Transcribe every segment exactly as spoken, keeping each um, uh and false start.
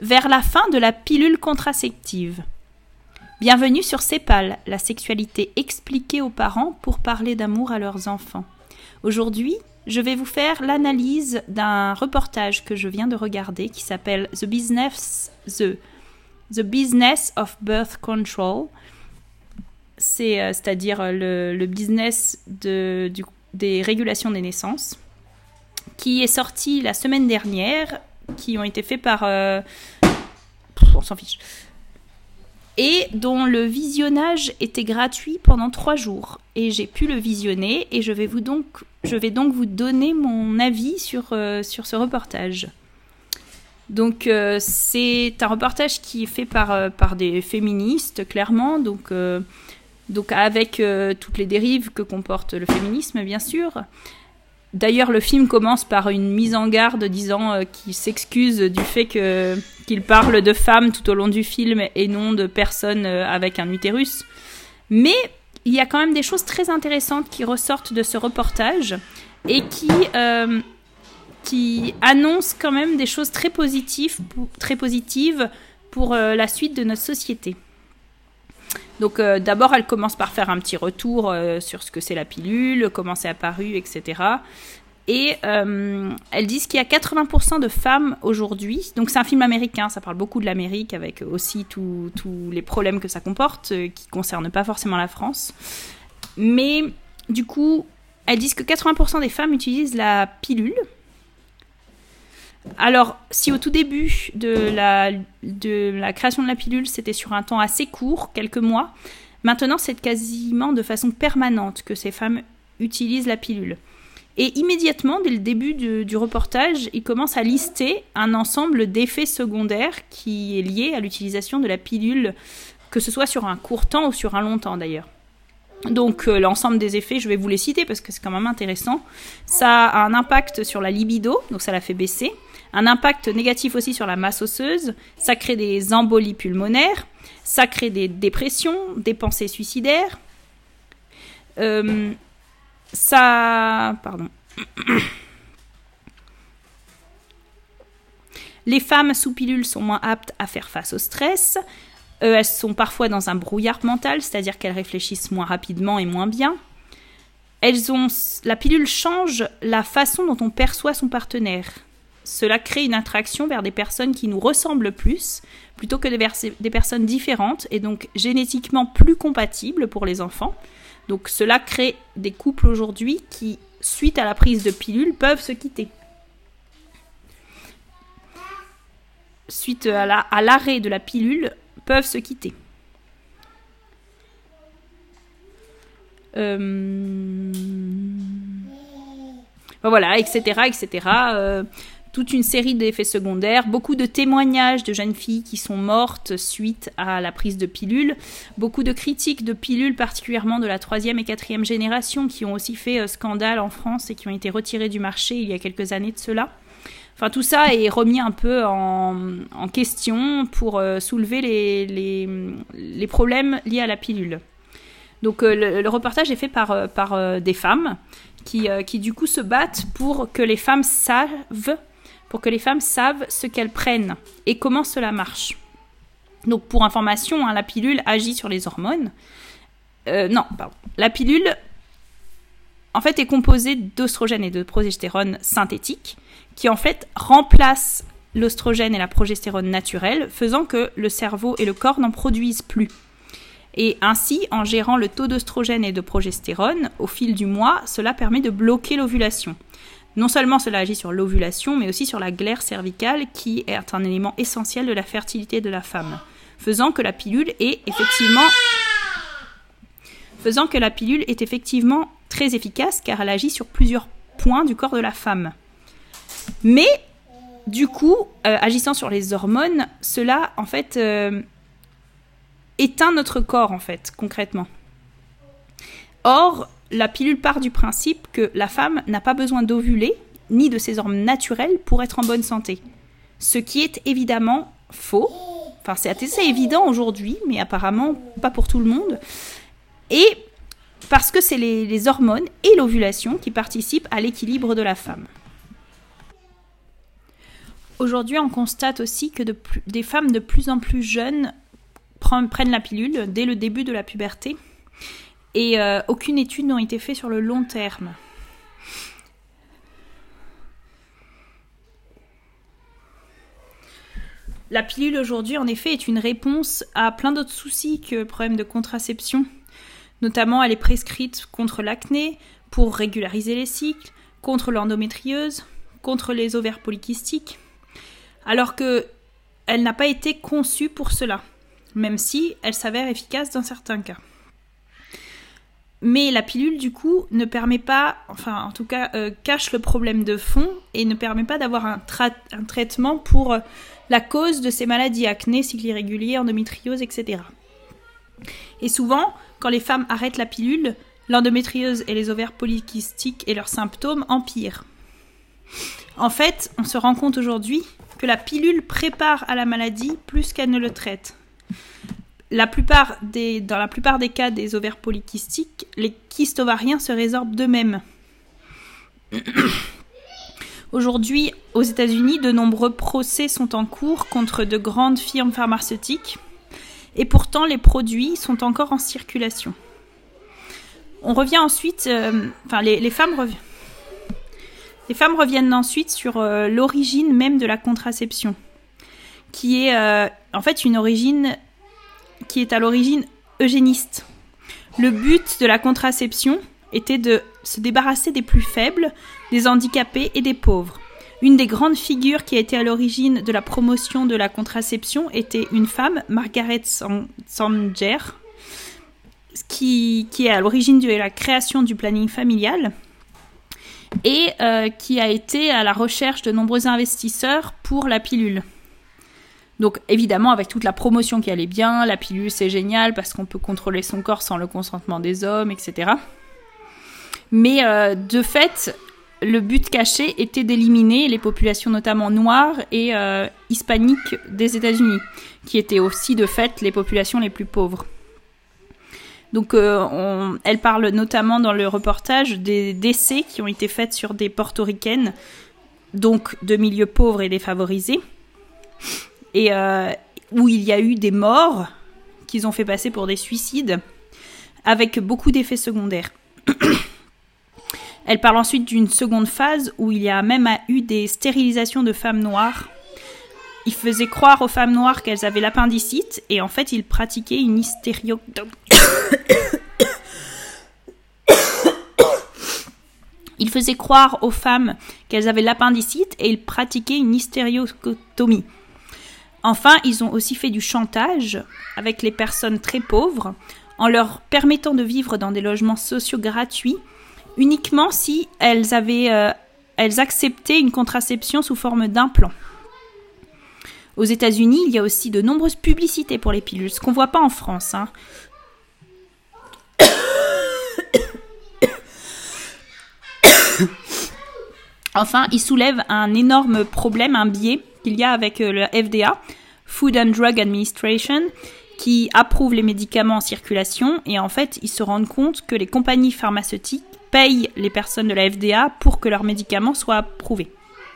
vers la fin de la pilule contraceptive. Bienvenue sur Cépal, la sexualité expliquée aux parents pour parler d'amour à leurs enfants. Aujourd'hui, je vais vous faire l'analyse d'un reportage que je viens de regarder qui s'appelle The Business, The, The Business of Birth Control. C'est, euh, c'est-à-dire le, le business de, du, des régulations des naissances, qui est sorti la semaine dernière, qui ont été faits par... Euh, pff, on s'en fiche. Et dont le visionnage était gratuit pendant trois jours. Et j'ai pu le visionner et je vais, vous donc, je vais donc vous donner mon avis sur, euh, sur ce reportage. Donc euh, c'est un reportage qui est fait par, euh, par des féministes, clairement, donc, euh, donc avec euh, toutes les dérives que comporte le féminisme, bien sûr. D'ailleurs, le film commence par une mise en garde disant euh, qu'il s'excuse du fait que, qu'il parle de femmes tout au long du film et non de personnes euh, avec un utérus. Mais il y a quand même des choses très intéressantes qui ressortent de ce reportage et qui, euh, qui annoncent quand même des choses très positives pour, très positives pour euh, la suite de notre société. Donc euh, d'abord, elle commence par faire un petit retour euh, sur ce que c'est la pilule, comment c'est apparu, et cetera. Et euh, elles disent qu'il y a quatre-vingts pour cent de femmes aujourd'hui, donc c'est un film américain, ça parle beaucoup de l'Amérique, avec aussi tous les problèmes que ça comporte, euh, qui ne concernent pas forcément la France. Mais du coup, elles disent que quatre-vingts pour cent des femmes utilisent la pilule. Alors, si au tout début de la, de la création de la pilule, c'était sur un temps assez court, quelques mois, maintenant c'est quasiment de façon permanente que ces femmes utilisent la pilule. Et immédiatement, dès le début du, du reportage, ils commencent à lister un ensemble d'effets secondaires qui est lié à l'utilisation de la pilule, que ce soit sur un court temps ou sur un long temps d'ailleurs. Donc euh, l'ensemble des effets, je vais vous les citer parce que c'est quand même intéressant. Ça a un impact sur la libido, donc ça la fait baisser. Un impact négatif aussi sur la masse osseuse. Ça crée des embolies pulmonaires. Ça crée des dépressions, des pensées suicidaires. Euh, ça... Pardon. Les femmes sous pilule sont moins aptes à faire face au stress. Euh, elles sont parfois dans un brouillard mental, c'est-à-dire qu'elles réfléchissent moins rapidement et moins bien. Elles ont... La pilule change la façon dont on perçoit son partenaire. Cela crée une attraction vers des personnes qui nous ressemblent plus, plutôt que des, vers- des personnes différentes, et donc génétiquement plus compatibles pour les enfants. Donc cela crée des couples aujourd'hui qui, suite à la prise de pilule, peuvent se quitter. Suite à, la, à l'arrêt de la pilule, peuvent se quitter. Euh... Voilà, et cetera, et cetera. Euh, toute une série d'effets secondaires, beaucoup de témoignages de jeunes filles qui sont mortes suite à la prise de pilule, beaucoup de critiques de pilules, particulièrement de la troisième et quatrième génération, qui ont aussi fait euh, scandale en France et qui ont été retirées du marché il y a quelques années de cela. Enfin, tout ça est remis un peu en, en question pour euh, soulever les, les, les problèmes liés à la pilule. Donc euh, le, le reportage est fait par, euh, par euh, des femmes qui, euh, qui du coup se battent pour que les femmes savent, pour que les femmes savent ce qu'elles prennent et comment cela marche. Donc pour information, hein, la pilule agit sur les hormones. Euh, non, pardon. La pilule, en fait, est composée d'oestrogène et de progestérone synthétiques qui, en fait, remplacent l'oestrogène et la progestérone naturelle, faisant que le cerveau et le corps n'en produisent plus. Et ainsi, en gérant le taux d'oestrogène et de progestérone, au fil du mois, cela permet de bloquer l'ovulation. Non seulement cela agit sur l'ovulation, mais aussi sur la glaire cervicale, qui est un élément essentiel de la fertilité de la femme, faisant que la pilule est effectivement, faisant que la pilule est effectivement très efficace, car elle agit sur plusieurs points du corps de la femme. Mais, du coup, euh, agissant sur les hormones, cela, en fait... Euh, éteint notre corps, en fait, concrètement. Or, la pilule part du principe que la femme n'a pas besoin d'ovuler, ni de ses hormones naturelles, pour être en bonne santé. Ce qui est évidemment faux. Enfin, c'est assez évident aujourd'hui, mais apparemment pas pour tout le monde. Et parce que c'est les, les hormones et l'ovulation qui participent à l'équilibre de la femme. Aujourd'hui, on constate aussi que de plus, des femmes de plus en plus jeunes prennent, prennent la pilule dès le début de la puberté et euh, aucune étude n'a été faite sur le long terme. La pilule aujourd'hui, en effet, est une réponse à plein d'autres soucis que problèmes de contraception. Notamment, elle est prescrite contre l'acné, pour régulariser les cycles, contre l'endométriose, contre les ovaires polykystiques, alors qu'elle n'a pas été conçue pour cela, même si elle s'avère efficace dans certains cas. Mais la pilule, du coup, ne permet pas, enfin, en tout cas, euh, cache le problème de fond et ne permet pas d'avoir un, tra- un traitement pour euh, la cause de ces maladies, acné, cycle irrégulier, endométriose, et cetera. Et souvent, quand les femmes arrêtent la pilule, l'endométriose et les ovaires polykystiques et leurs symptômes empirent. En fait, on se rend compte aujourd'hui que la pilule prépare à la maladie plus qu'elle ne le traite. La plupart des, dans la plupart des cas des ovaires polykystiques, les kystes ovariens se résorbent d'eux-mêmes. Aujourd'hui, aux États-Unis, de nombreux procès sont en cours contre de grandes firmes pharmaceutiques et pourtant les produits sont encore en circulation. On revient ensuite, euh, enfin les, les femmes reviennent. Les femmes reviennent ensuite sur euh, l'origine même de la contraception, qui est euh, en fait une origine qui est à l'origine eugéniste. Le but de la contraception était de se débarrasser des plus faibles, des handicapés et des pauvres. Une des grandes figures qui a été à l'origine de la promotion de la contraception était une femme, Margaret Sanger, qui, qui est à l'origine de la création du planning familial et euh, qui a été à la recherche de nombreux investisseurs pour la pilule. Donc évidemment, avec toute la promotion qui allait bien, la pilule c'est génial parce qu'on peut contrôler son corps sans le consentement des hommes, et cetera. Mais euh, de fait, le but caché était d'éliminer les populations notamment noires et euh, hispaniques des États-Unis, qui étaient aussi de fait les populations les plus pauvres. Donc euh, on, elle parle notamment dans le reportage des décès qui ont été faits sur des portoricaines, donc de milieux pauvres et défavorisés, et euh, où il y a eu des morts qu'ils ont fait passer pour des suicides, avec beaucoup d'effets secondaires. Elle parle ensuite d'une seconde phase où il y a même eu des stérilisations de femmes noires. Ils faisaient croire aux femmes noires qu'elles avaient l'appendicite et en fait ils pratiquaient une hystérectomie. Ils faisaient croire aux femmes qu'elles avaient l'appendicite et ils pratiquaient une hystérectomie. Enfin, ils ont aussi fait du chantage avec les personnes très pauvres en leur permettant de vivre dans des logements sociaux gratuits uniquement si elles avaient, euh, elles acceptaient une contraception sous forme d'implant. Aux États-Unis, il y a aussi de nombreuses publicités pour les pilules, ce qu'on ne voit pas en France. Hein. Enfin, il soulève un énorme problème, un biais qu'il y a avec le F D A, Food and Drug Administration, qui approuve les médicaments en circulation et en fait, ils se rendent compte que les compagnies pharmaceutiques payent les personnes de la F D A pour que leurs médicaments soient approuvés.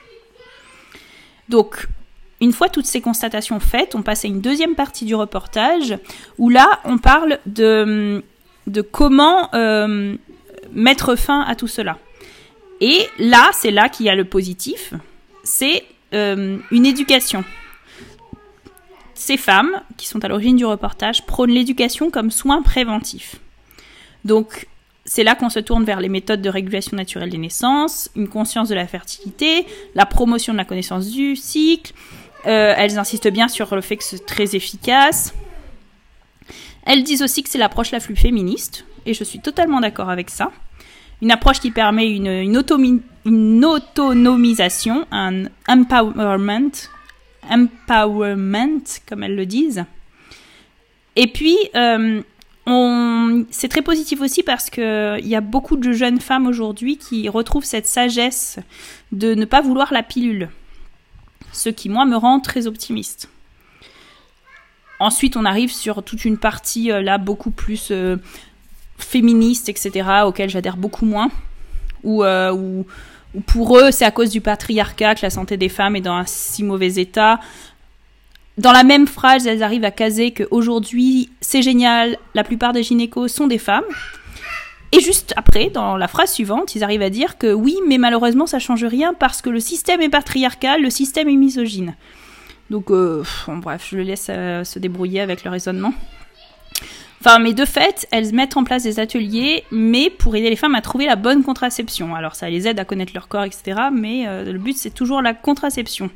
Donc, une fois toutes ces constatations faites, on passe à une deuxième partie du reportage où là, on parle de, de comment euh, mettre fin à tout cela. Et là, c'est là qu'il y a le positif, c'est euh, une éducation. Ces femmes, qui sont à l'origine du reportage, prônent l'éducation comme soin préventif. Donc, c'est là qu'on se tourne vers les méthodes de régulation naturelle des naissances, une conscience de la fertilité, la promotion de la connaissance du cycle. Euh, elles insistent bien sur le fait que c'est très efficace. Elles disent aussi que c'est l'approche la plus féministe, et je suis totalement d'accord avec ça. Une approche qui permet une, une, automi- une autonomisation, un empowerment, empowerment, comme elles le disent. Et puis, euh, on, c'est très positif aussi parce qu'il y a beaucoup de jeunes femmes aujourd'hui qui retrouvent cette sagesse de ne pas vouloir la pilule. Ce qui, moi, me rend très optimiste. Ensuite, on arrive sur toute une partie, euh, là, beaucoup plus euh, féministe, et cetera, auquel j'adhère beaucoup moins, où, euh, où ou pour eux, c'est à cause du patriarcat que la santé des femmes est dans un si mauvais état. Dans la même phrase, elles arrivent à caser qu'aujourd'hui, c'est génial, la plupart des gynécos sont des femmes. Et juste après, dans la phrase suivante, ils arrivent à dire que oui, mais malheureusement, ça change rien parce que le système est patriarcal, le système est misogyne. Donc, euh, bon, bref, je les laisse euh, se débrouiller avec le raisonnement. Enfin, mais de fait, elles mettent en place des ateliers, mais pour aider les femmes à trouver la bonne contraception. Alors, ça les aide à connaître leur corps, et cetera. Mais euh, le but, c'est toujours la contraception.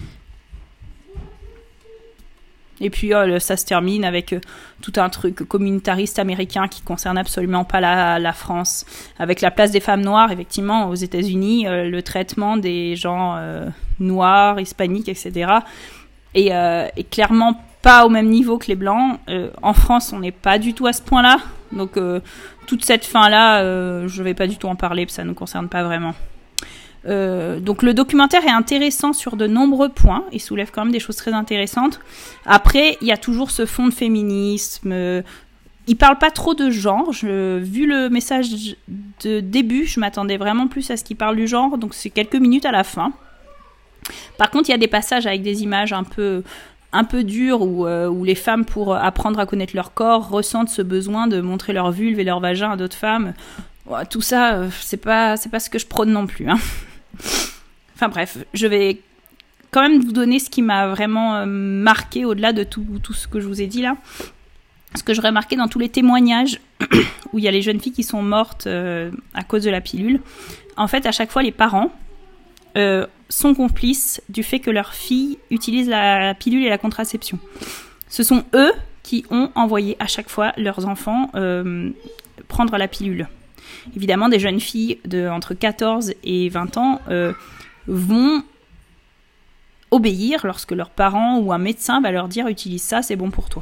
Et puis oh, ça se termine avec euh, tout un truc communautariste américain qui concerne absolument pas la, la France, avec la place des femmes noires, effectivement, aux États-Unis, euh, le traitement des gens euh, noirs, hispaniques, et cetera. Et, euh, et clairement pas au même niveau que les blancs. Euh, en France, on n'est pas du tout à ce point-là. Donc euh, toute cette fin-là, euh, je vais pas du tout en parler, parce que ça nous concerne pas vraiment. Euh, donc le documentaire est intéressant sur de nombreux points, il soulève quand même des choses très intéressantes. Après, il y a toujours ce fond de féminisme, euh, il parle pas trop de genre. Je, vu le message de début, je m'attendais vraiment plus à ce qu'il parle du genre, donc c'est quelques minutes à la fin. Par contre, il y a des passages avec des images un peu, un peu dures où, euh, où les femmes, pour apprendre à connaître leur corps, ressentent ce besoin de montrer leur vulve et leur vagin à d'autres femmes. Ouais, tout ça, euh, c'est pas, c'est pas ce que je prône non plus, hein. Enfin bref, je vais quand même vous donner ce qui m'a vraiment euh, marqué au-delà de tout, tout ce que je vous ai dit là. Ce que je remarquais dans tous les témoignages où il y a les jeunes filles qui sont mortes euh, à cause de la pilule. En fait, à chaque fois, les parents euh, sont complices du fait que leurs filles utilisent la pilule et la contraception. Ce sont eux qui ont envoyé à chaque fois leurs enfants euh, prendre la pilule. Évidemment, des jeunes filles de entre quatorze et vingt ans euh, vont obéir lorsque leurs parents ou un médecin va leur dire « utilise ça, c'est bon pour toi ».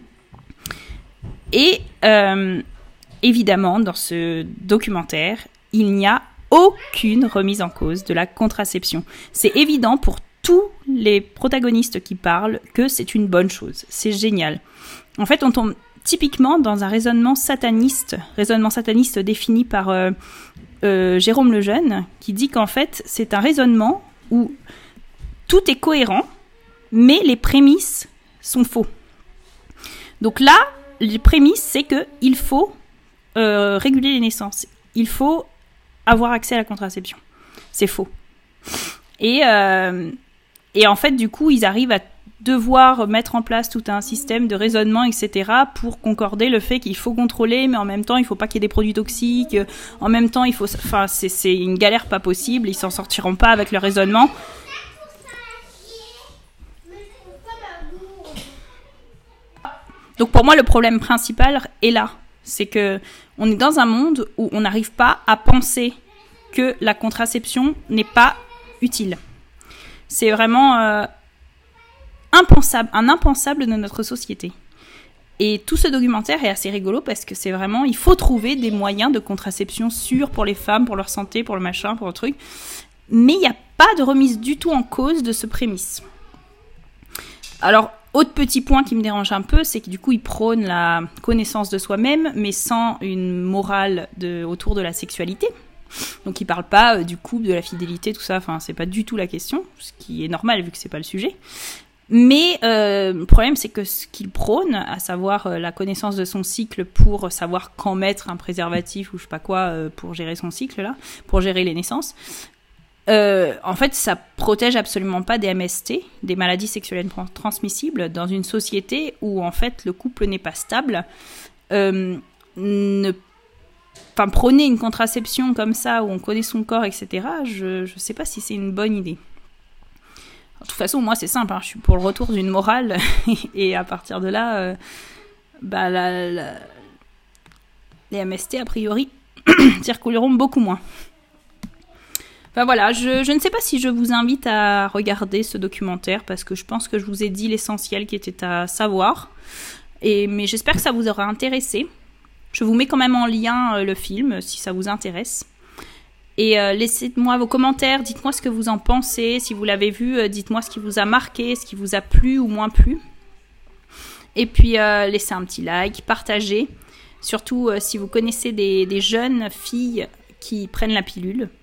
Et euh, évidemment, dans ce documentaire, il n'y a aucune remise en cause de la contraception. C'est évident pour tous les protagonistes qui parlent que c'est une bonne chose, c'est génial. En fait, on tombe typiquement dans un raisonnement sataniste, raisonnement sataniste défini par euh, euh, Jérôme Lejeune, qui dit qu'en fait, c'est un raisonnement où tout est cohérent, mais les prémices sont faux. Donc là, les prémices, c'est qu'il faut euh, réguler les naissances. Il faut avoir accès à la contraception. C'est faux. Et, euh, et en fait, du coup, ils arrivent à devoir mettre en place tout un système de raisonnement, et cetera, pour concorder le fait qu'il faut contrôler, mais en même temps, il ne faut pas qu'il y ait des produits toxiques. En même temps, il faut... Enfin, c'est, c'est une galère pas possible. Ils s'en sortiront pas avec le raisonnement. Donc pour moi, le problème principal est là. C'est que on est dans un monde où on n'arrive pas à penser que la contraception n'est pas utile. C'est vraiment... Euh, impensable, un impensable de notre société. Et tout ce documentaire est assez rigolo parce que c'est vraiment, il faut trouver des moyens de contraception sûrs pour les femmes, pour leur santé, pour le machin, pour le truc. Mais il n'y a pas de remise du tout en cause de ce prémisse. Alors, autre petit point qui me dérange un peu, c'est que du coup, il prône la connaissance de soi-même, mais sans une morale de, autour de la sexualité. Donc, il parle pas euh, du couple, de la fidélité, tout ça. Enfin, c'est pas du tout la question, ce qui est normal vu que c'est pas le sujet. Mais euh, le problème, c'est que ce qu'il prône, à savoir euh, la connaissance de son cycle pour savoir quand mettre un préservatif ou je sais pas quoi euh, pour gérer son cycle là, pour gérer les naissances, euh, en fait, ça protège absolument pas des M S T, des maladies sexuelles transmissibles, dans une société où en fait le couple n'est pas stable. Euh, ne Enfin, prôner une contraception comme ça où on connaît son corps, et cetera. Je je sais pas si c'est une bonne idée. De toute façon, moi, c'est simple, hein, je suis pour le retour d'une morale, et à partir de là, euh, bah, la, la, les M S T, a priori, circuleront beaucoup moins. Enfin voilà, je, je ne sais pas si je vous invite à regarder ce documentaire, parce que je pense que je vous ai dit l'essentiel qui était à savoir, et, mais j'espère que ça vous aura intéressé. Je vous mets quand même en lien euh, le film, si ça vous intéresse. Et euh, laissez-moi vos commentaires, dites-moi ce que vous en pensez, si vous l'avez vu, euh, dites-moi ce qui vous a marqué, ce qui vous a plu ou moins plu. Et puis euh, laissez un petit like, partagez, surtout euh, si vous connaissez des, des jeunes filles qui prennent la pilule,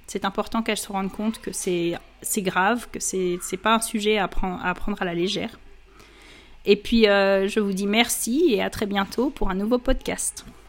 C'est important qu'elles se rendent compte que c'est, c'est grave, que c'est, c'est pas un sujet à prendre, à prendre à la légère. Et puis, euh, je vous dis merci et à très bientôt pour un nouveau podcast.